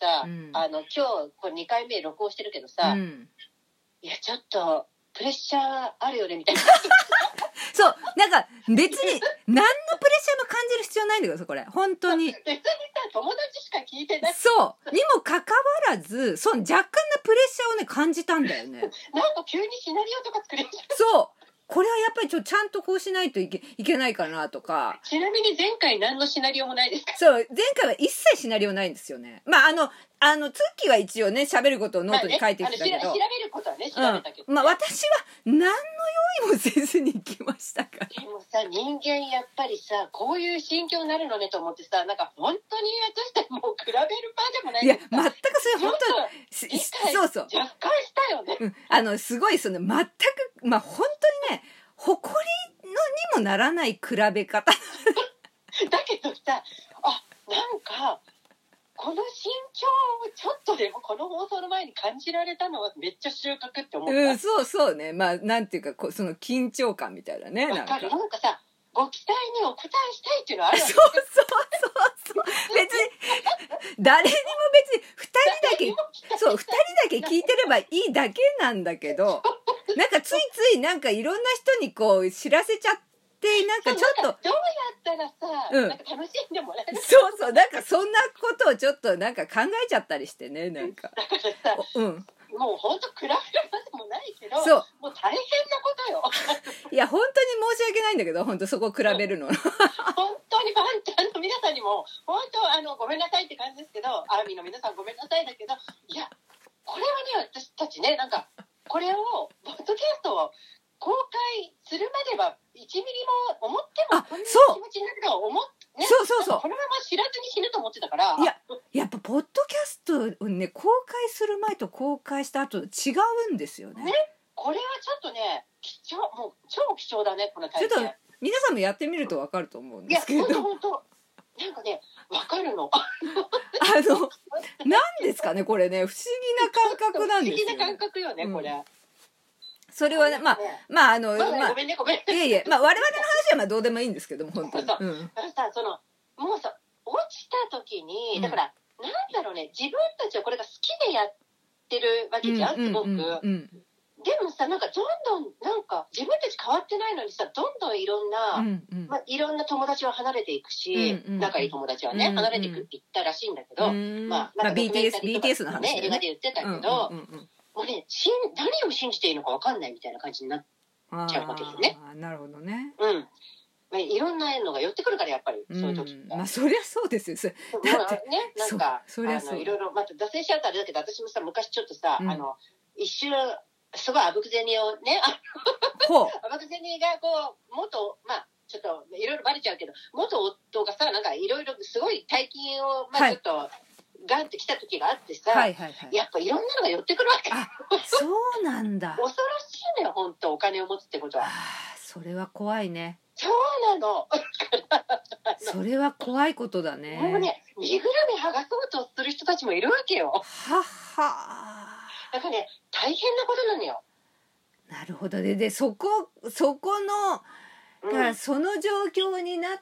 さ、うん、あの今日これにかいめ録音してるけどさ、うん、いやちょっとプレッシャーあるよねみたいなそうなんか別に何のプレッシャーも感じる必要ないんだけどこれ本当に別にさ友達しか聞いてないそうにもかかわらずそう若干のプレッシャーをね感じたんだよねなんか急にシナリオとか作れるじゃんそうこれはやっぱりちょちゃんとこうしないといけいけないかなとか。 ちなみに前回何のシナリオもないですか？ そう前回は一切シナリオないんですよね。まああのあのツッキーは一応ね喋ることをノートに書いてきたけど、まあね、 調べることはね調べたけど、ね、 うん、まあ私は何の用意もせずに行きましたから。 でもさ人間やっぱりさこういう心境になるのねと思ってさなんか本当に私たちもう比べる場でもないいや全くそれ本当にそうそう若干したよね、 うん、あのすごいその全くまあ本当にね誇りのにもならない比べ方だけどさあなんかこの心境をちょっとでもこの放送の前に感じられたのはめっちゃ収穫って思った、 うん、そうそうねまあなんていうかこうその緊張感みたいなねなんかなんかさご期待にお応えしたいっていうのはあるわけそうそうそうそう別に誰にも別にふたりだけそうふたりだけ聞いてればいいだけなんだけどなんかついついなんかいろんな人にこう知らせちゃってなんかちょっとどうやったらさ、うん、なんか楽しんでもらえるそうそうなんかそんなことをちょっとなんか考えちゃったりしてねなんかだからさ、うん、もう本当比べるまでもないけどそうもう大変なことよいや本当に申し訳ないんだけど本当そこを比べるの、うん、 本当にファンちゃんの皆さんにも本当あのごめんなさいって感じですけどアーミーの皆さんごめんなさいだけどいやこれはね私たちねなんかこれをポッドキャストを公開するまではいちミリも思ってもこんな気持ちになるとは思って、ね、 そうそうそうこのまま知らずに死ぬと思ってたからいややっぱポッドキャストをね公開する前と公開した後違うんですよね。 ねこれはちょっとね貴重もう超貴重だねこの体験。 ちょっと皆さんもやってみると分かると思うんですけど。 いや本当本当なんかね分かるの。 あの何ですかねこれね不思議な感覚なんですよ、ね。 不思議な感覚よねこれ。うんそれはね、まあ、まあ、あの、まあ、 ごめんね、ごめんね。 いえいえ、まあ、我々の話はまあどうでもいいんですけども、本当に。 そうそう。うん、だからさ、その、もうさ、落ちた時に、だから、うん、なんだろうね、自分たちはこれが好きでやってるわけじゃん、すごく。うんうんうん、でもさ、なんかどんどん、なんか、自分たち変わってないのにさ、どんどんいろんな、うんうん、まあ、いろんな友達は離れていくし、うんうん、仲いい友達はね、うんうん、離れていく、いったらしいんだけど、うん、まあ、 まあ、ビーティーエス、ビーティーエス の話、 ね。映画で言ってたけど、うんうんうんうんもうね、しん何を信じていいのか分かんないみたいな感じになっちゃうわけですね。 あなるほどね。 うん。まあ、いろんなのが寄ってくるからやっぱりそういう時、 うん、まあそりゃそうですよ。 だってねなんかそそあのいろいろまた脱線しちゃったあれだけど私もさ昔ちょっとさ、うん、あの一瞬すごいあぶく銭をねあぶく銭がこう元まあちょっといろいろバレちゃうけど元夫がさなんかいろいろすごい大金をまあちょっと、はいガンって来た時があってさ、はいはいはい、やっぱいろんなのが寄ってくるわけ。 あ、そうなんだ。 恐ろしいね、本当お金を持つってことは。あそれは怖いね。 そうなの。 それは怖いことだね。 もうね、身ぐるみ剥がそうとする人たちもいるわけよ。 はは。 だからね、大変なことなのよ。 なるほど。で、でそこ、そこの、だからその状況になって、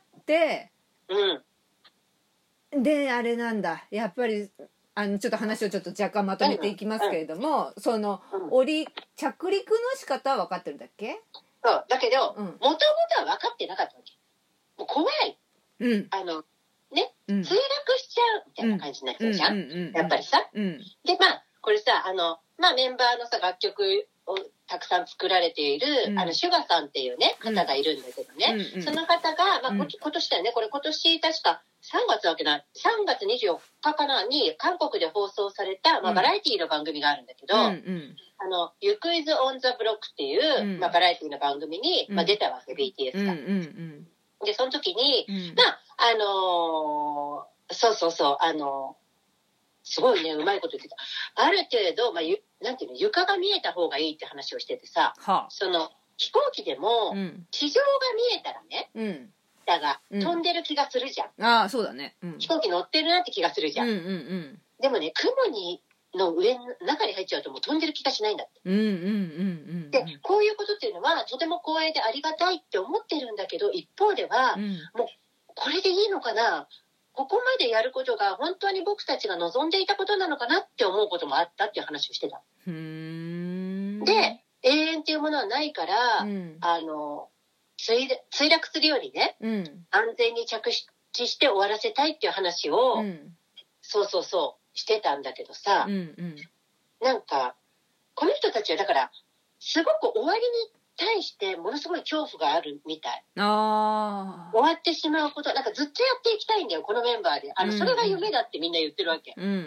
うん。 であれなんだやっぱりあのちょっと話をちょっと若干まとめていきますけれども、うん、その、うん、降り着陸の仕方は分かってるんだっけ？ そうだけど、うん、もともとは分かってなかったわけ。もう怖い、うん、あのね、うん、墜落しちゃうみたいな感じになっちゃうじゃん、やっぱりさ、うん、でまあこれさあのまあメンバーのさ楽曲をたくさん作られている、うん、あのシュガさんっていうね方がいるんだけどね、うんうん、その方が、まあ、今年だよねこれ今年確かさんがつわけなさんがつにじゅうよっかかなに韓国で放送された、まあ、バラエティの番組があるんだけど、うんうん、あのYou Quiz on the Blockっていう、うんまあ、バラエティの番組に、まあ、出たわけ、うん、ビーティーエス が、うんうんうん、でその時に、うん、まああのー、そうそうそうあのーすごいねうまいこと言ってたある程度、まあ、ゆなんていうの床が見えた方がいいって話をしててさ、はあ、その飛行機でも、うん、地上が見えたらね、うんだが、うん、飛んでる気がするじゃん。 ああ、そうだね、 うん。飛行機乗ってるなって気がするじゃん。うんうんうん、でもね、雲にの上の中に入っちゃうともう飛んでる気がしないんだって。うんうんうんうん、で、こういうことっていうのはとても光栄でありがたいって思ってるんだけど、一方では、うん、もうこれでいいのかなここまでやることが本当に僕たちが望んでいたことなのかなって思うこともあったっていう話をしてた。 うーんで、永遠っていうものはないから、 うん、 あの墜墜落するよりね、 うん、 安全に着地して終わらせたいっていう話を、うん、そうそうそうしてたんだけどさ、 うんうん、 なんかこの人たちはだからすごく終わりに対してものすごい恐怖があるみたい。 あ終わってしまうこと、なんかずっとやっていきたいんだよ、このメンバーで。あの、うんうん、それが夢だってみんな言ってるわけ。 うんうんうん、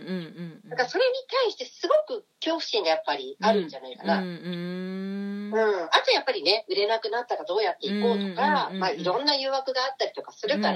だからそれに対してすごく恐怖心がやっぱりあるんじゃないかな。うん。うんうん、あとやっぱりね、売れなくなったらどうやっていこうとか、まあいろんな誘惑があったりとかするから、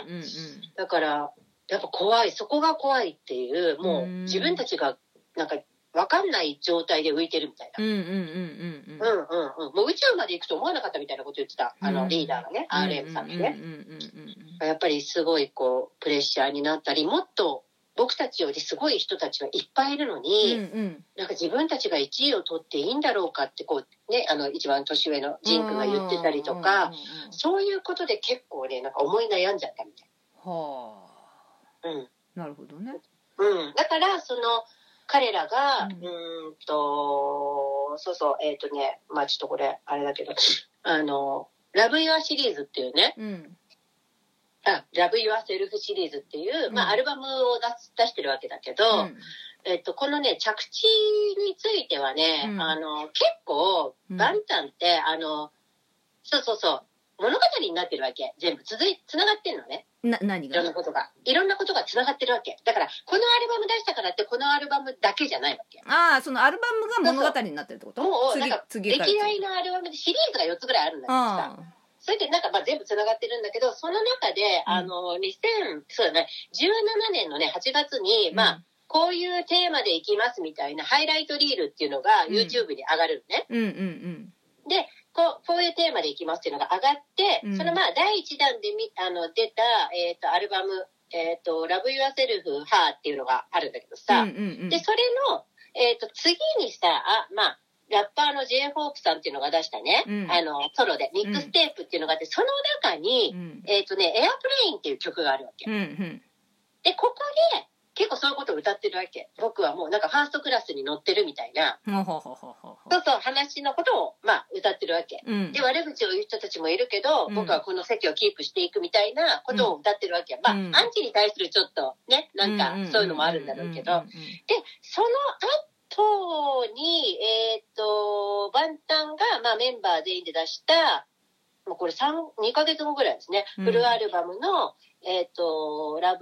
うんうんうん、だからやっぱ怖い、そこが怖いっていう、もう自分たちがなんか分かんない状態で浮いてるみたいな。うんうんうんうん。うんうんうん。もう宇宙まで行くと思わなかったみたいなこと言ってた、あのリーダーがね、アールエム さんがね。やっぱりすごいこう、プレッシャーになったり、もっと僕たちよりすごい人たちはいっぱいいるのに、うんうん、なんか自分たちがいちいを取っていいんだろうかってこう、ね、あの一番年上のジンクが言ってたりとか、そういうことで結構ね、なんか思い悩んじゃったみたい。はあ。うん。なるほどね。 うん。だから、その、彼らが、うん、うーんと、そうそう、えっとね、まあちょっとこれ、あれだけど、あの、ラブ・ユアシリーズっていうね、うん、あ、ラブ・ユア・セルフシリーズっていう、うん、まあアルバムを出す出してるわけだけど、うん、えっと、このね、着地についてはね、うん、あの、結構、バンタンって、あの、そうそうそう、物語になってるわけ。全部続い、つながってんのね。 な、何が？ いろんなことが。いろんなことがつながってるわけ。だから、このアルバム出したからって、このアルバムだけじゃないわけ。 ああ、そのアルバムが物語になってるってこと？ そうそうもう、なんか、歴代のアルバムでシリーズがよっつぐらいあるんだけどさ。それでなんか、まあ全部つながってるんだけど、その中で、うん、あの、にせん、そうだね、じゅうななねんのね、はちがつに、うん、まあ、こういうテーマでいきますみたいなハイライトリールっていうのが YouTube に上がるのね。うんうんうんうんで、こう、こういうテーマでいきますっていうのが上がって、うん、そのまあ、だいいちだんでみ、あの、出た、えっと、アルバム、えっと、Love Yourself Her っていうのがあるんだけどさ、うんうんうん、で、それの、えっと、次にさ、あ、まあ、ラッパーの J-ホープ さんっていうのが出したね、うん、あの、ソロで、ミックステープっていうのがあって、その中に、うん、えっとね、エアプレインっていう曲があるわけ。うんうん、で、ここで、結構そういうことを歌ってるわけ。僕はもうなんかファーストクラスに乗ってるみたいな。そうそう、話のことを、まあ、歌ってるわけ。うん、で、悪口を言う人たちもいるけど、うん、僕はこの席をキープしていくみたいなことを歌ってるわけ。うん、まあ、うん、アンチに対するちょっとね、なんかそういうのもあるんだろうけど。で、その後に、えっと、バンタンが、まあ、メンバー全員で出した、もうこれさん、にかげつごぐらいですね。フルアルバムの、えっと、Love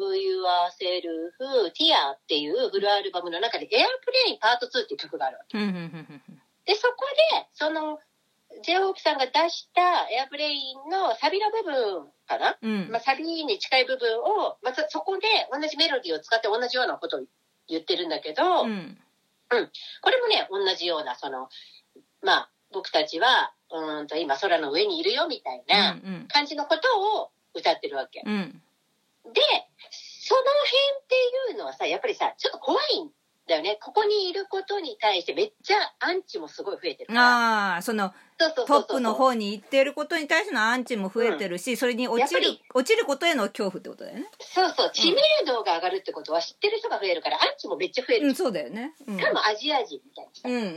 Yourself Tear っていうフルアルバムの中で Airplane Part ツーっていう曲があるわけ。で、そこで、その、J-ホープ さんが出した Airplane のサビの部分かな、うん、まあ、サビに近い部分を、まあ、そこで同じメロディーを使って同じようなことを言ってるんだけど、うん、うん。これもね、同じような、その、まあ、僕たちは、うんと今空の上にいるよみたいな感じのことを歌ってるわけ。うん、で、その辺っていうのはさ、やっぱりさ、ちょっと怖いんだよね。ここにいることに対してめっちゃアンチもすごい増えてるから。 ああ、そのトップの方に行っていることに対してのアンチも増えてるし、うん、それに落ちる、落ちることへの恐怖ってことだよね。 そうそう、知名度が上がるってことは知ってる人が増えるから、アンチもめっちゃ増える。 うん、そうだよね。 うん、しかもアジア人みたいなさ。うんうんうん。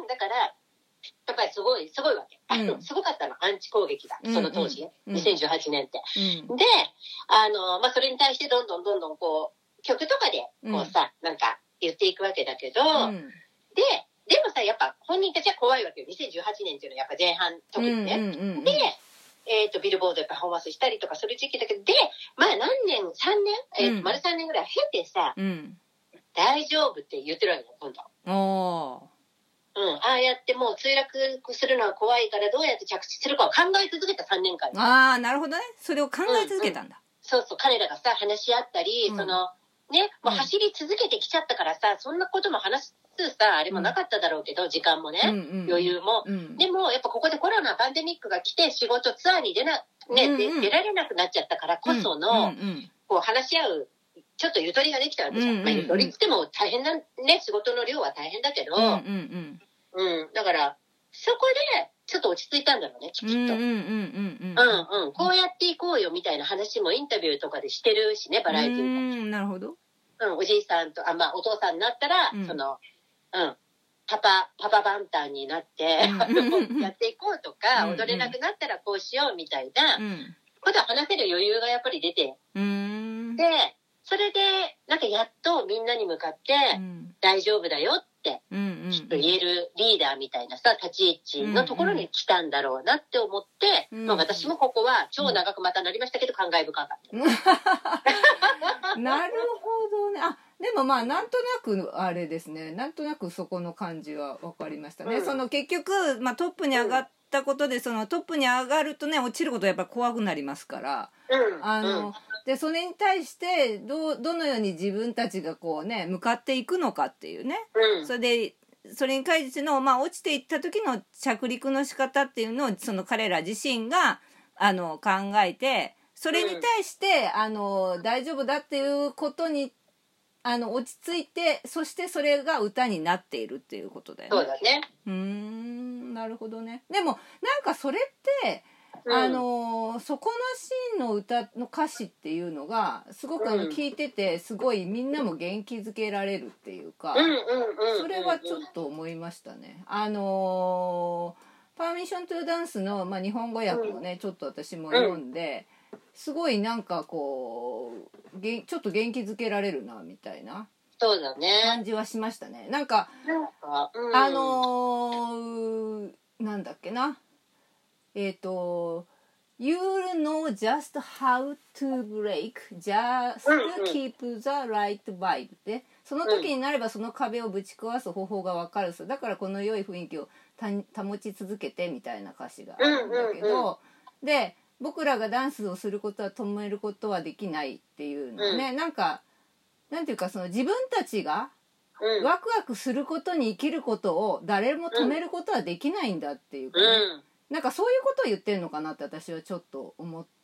だから、やっぱりすごい、すごいわけ。うん、すごかったの、アンチ攻撃が、その当時ね、うんうん、にせんじゅうはちねんって。うん、で、あの、まあ、それに対してどんどんどんどんこう、曲とかで、こうさ、うん、なんか言っていくわけだけど、うん、で、でもさ、やっぱ本人たちは怖いわけよ。にせんじゅうはちねんっていうのはやっぱ前半、特にね。うんうんうんうん、で、えっ、ー、と、ビルボードでパフォーマンスしたりとかする時期だけど、で、まあ何年、さんねん、えーと、丸さんねんぐらい経てさ、うん、大丈夫って言ってるわけよ、今度。おー。うん、ああやってもう墜落するのは怖いからどうやって着地するかを考え続けたさんねんかん。 ああ、なるほどね。それを考え続けたんだ。 うんうん、そうそう、彼らがさ、話し合ったり、うん、その、ね、もう走り続けてきちゃったからさ、そんなことも話すさ、あれもなかっただろうけど、うん、時間もね、うんうん、余裕も、うん。でも、やっぱここでコロナ、パンデミックが来て、仕事、ツアーに出な、ね、うんうん、出られなくなっちゃったからこその、うんうんうん、こう話し合う、ちょっとゆとりができたわけじゃん。うんうんうん、まあ、ゆとりっても大変な、ね、仕事の量は大変だけど、うんうんうんうん、だから、そこで、 ちょっと落ち着いたんだろうね、きっと。うんうんうんうん。うんうん。こうやっていこうよみたいな話もインタビューとかでしてるしね、バラエティーも。 うん、なるほど。 うん、おじいさんと、あ、まあ、お父さんになったら、うん、その、うん、パパ、パパバンタンになって、うん、やっていこうとか、うん、踊れなくなったらこうしようみたいなことは話せる余裕がやっぱり出て、うん、で、それで、なんかやっとみんなに向かって、大丈夫だよって、ちょっと言えるリーダーみたいなさ、立ち位置のところに来たんだろうなって思って、うん、まあ、私もここは超長くまたなりましたけど、感慨深かった。 なるほどね。あ、でもまあなんとなくあれですね、なんとなくそこの感じは分かりましたね。うん、その結局、まあ、トップに上がったことで、そのトップに上がるとね、落ちることはやっぱ怖くなりますから、うん、あの、うん、でそれに対してどうどのように自分たちがこうね向かっていくのかっていうね、うん、それでそれに対しての、まあ、落ちていった時の着陸の仕方っていうのをその彼ら自身があの考えて、それに対して、うん、あの大丈夫だっていうことにあの落ち着いて、そしてそれが歌になっているっていうことだよね。 そうだね。 うーん、なるほどね。でもなんかそれって、うん、あのそこのシーンの歌の歌詞っていうのがすごくあの聞いてて、すごいみんなも元気づけられるっていうか、それはちょっと思いましたね。あのパーミッショントゥーダンスの、まあ、日本語訳をね、ちょっと私も読んで、すごいなんかこうげちょっと元気づけられるなみたいな感じはしましたね。なんか、なんか、うん、あのー、なんだっけな、えっ、ー、と You know just how to break, just keep the right vibe で、その時になればその壁をぶち壊す方法が分かるさ、だからこの良い雰囲気を保ち続けてみたいな歌詞があるんだけど、うんうんうん、で僕らがダンスをすることは止めることはできないっていうのね、うん、なんかなんていうか、その自分たちがワクワクすることに生きることを誰も止めることはできないんだっていうかね、うん、なんかそういうことを言ってるのかなって私はちょっと思って、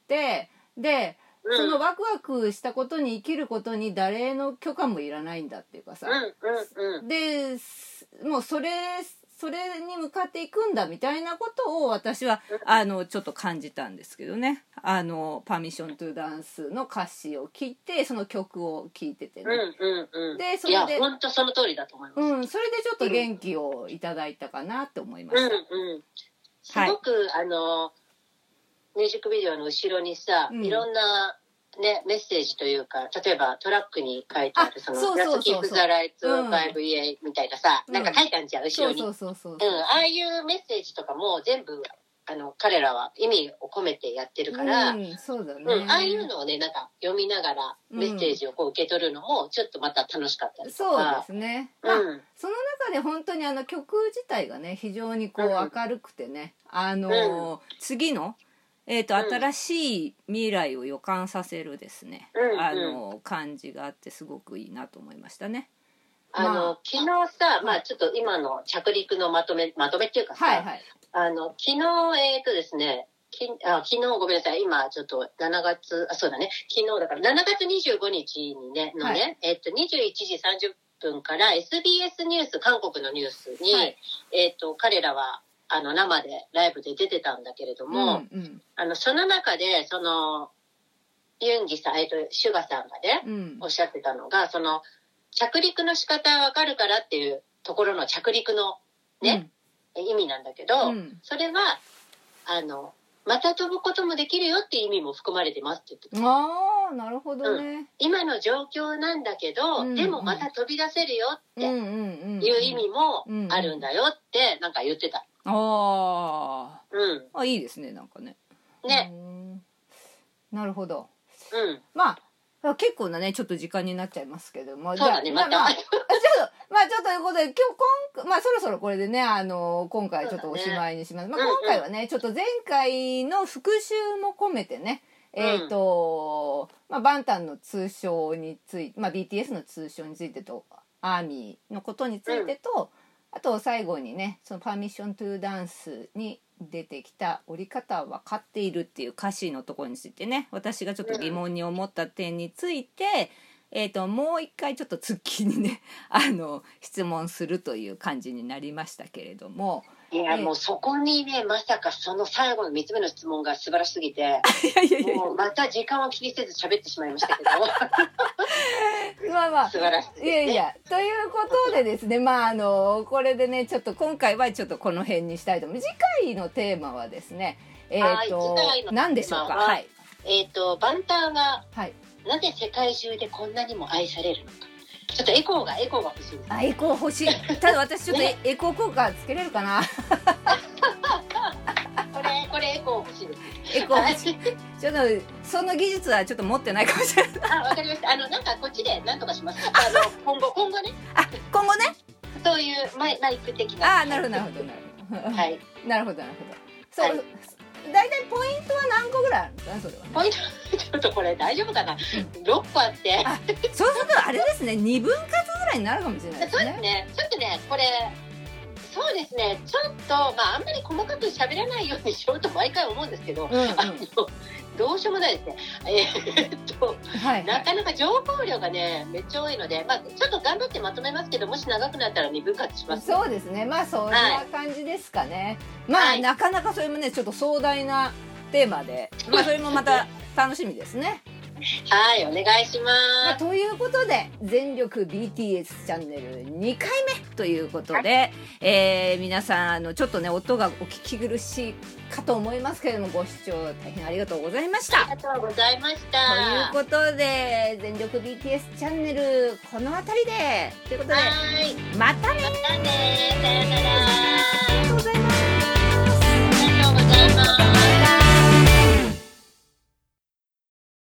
でそのワクワクしたことに生きることに誰の許可もいらないんだっていうかさ、うんうんうん、でもうそれそれに向かっていくんだみたいなことを私はあのちょっと感じたんですけどね。あのパーミッショントゥダンスの歌詞を聞いて、その曲を聴いててね、 うんうんうん、でそれで、いや本当その通りだと思います、 うん、それでちょっと元気をいただいたかなって思いました、 うんうん、すごく、はい、あのミュージックビデオの後ろにさ、うん、いろんなね、メッセージというか、例えばトラックに書いてあるその「Just Keep the Lights on ファイブイエー」みたいなさ、うん、なんか書いてあるじゃん、後ろに。ああいうメッセージとかも全部あの彼らは意味を込めてやってるから、 うん、そうだね、 うん、ああいうのをね、なんか読みながらメッセージをこう受け取るのもちょっとまた楽しかったりとか、 そうですね、まあ、うん、その中で本当にあの曲自体がね非常にこう明るくてね、うん、あの、うん、次のえーと、新しい未来を予感させるですね、うん、あの感じがあってすごくいいなと思いましたね。 あの、まあ、昨日さ、まあ、ちょっと今の着陸のまとめまとめっていうかさ、はいはい、あの昨日えっ、ー、とですねきあ昨日ごめんなさい、今ちょっとしちがつ、あそうだね、昨日だからしちがつにじゅうごにちにねのね、はい、えっ、ー、とにじゅういちじさんじゅっぷんから エスビーエス ニュース、韓国のニュースに、はい、えっ、ー、と彼らはあの生でライブで出てたんだけれども、うんうん、あのその中でそのユンギさん、えっとシュガさんがね、うん、おっしゃってたのが、その着陸の仕方わかるからっていうところの着陸のね、うん、意味なんだけど、うん、それはあのまた飛ぶこともできるよっていう意味も含まれてますって言ってた。 ああ、なるほどね、 うん。今の状況なんだけど、うんうん、でもまた飛び出せるよっていう意味もあるんだよってなんか言ってた。 ああ、うん、あ、いいですね、なんかね。 ね。 なるほど。 うん。 まあ結構なねちょっと時間になっちゃいますけども、 そうだね、また。 まあ、まあ、ちょっとまあちょっということで今日今まあそろそろこれでね、あの今回ちょっとおしまいにします。ね、まあ今回はね、うんうん、ちょっと前回の復習も込めてね、えっ、ー、と、うん、まあバンタンの通称について、まあ ビーティーエス の通称についてとアーミーのことについてと。うん、あと最後にね、そのパーミッショントゥーダンスに出てきた折り方は分かっているっていう歌詞のところについてね、私がちょっと疑問に思った点について、えーと、もう一回ちょっとツッキーにねあの質問するという感じになりましたけれども、 いや、もうそこにね、まさかその最後のみっつめの質問が素晴らしすぎて、 いやいやいや、 もうまた時間を気にせず喋ってしまいましたけど。 まあまあ、 素晴らしいですね。 いやいや、ということでですね、まああの、これでね、ちょっと今回はちょっとこの辺にしたいと思う。次回のテーマはですね、えっ、ー、と、何でしょうか。はい。 えっ、ー、と、バンターが、 はい、 なぜ世界中でこんなにも愛されるのか。ちょっとエコーが、エコーが欲しいです。 あ、エコー欲しい。ただ私ちょっと、ね、エコー効果つけれるかな。 これ、これエコー欲しいです。 エコー欲しい。ちょっと、その技術はちょっと持ってないかもしれない。 あ、わかりました。あの、なんかこっちで何とかします。あの、今後、今後ね。 あ、今後ね。 そういうマイ、マイク的な。 あ、 なるほど、なるほど、なるほど。はい。なるほど、なるほど。そう。はい、大体ポイントは何個ぐらいあるんですかね、それは、ね。 ポイント、ちょっとこれ大丈夫かな。ろっこあって。 あ、そうするとあれですね、二分割ぐらいになるかもしれないですね。 そうですね。ちょっとね、これ、そうですね、ちょっと、まあ、あんまり細かく喋らないようにしようと毎回思うんですけど、うんうん、あのどうしようもないですね。えー、っと、はいはい、なかなか情報量がね、めっちゃ多いので、まあ、ちょっと頑張ってまとめますけど、もし長くなったら二分割します、 ね。そうですね。まあ、そんな感じですかね。はい、まあ、はい、なかなかそれもね、ちょっと壮大なテーマで、まあ、それもまた楽しみですね。 はい、お願いします。まあ、 ということで、全力 ビーティーエス チャンネルにかいめということで、はい、えー、皆さん、あの、ちょっとね、音がお聞き苦しいかと思いますけれども、ご視聴大変ありがとうございました。 ありがとうございました。 ということで、全力 ビーティーエス チャンネル、この辺りで、ということで、 はい、 またねー。 またねー。さよなら。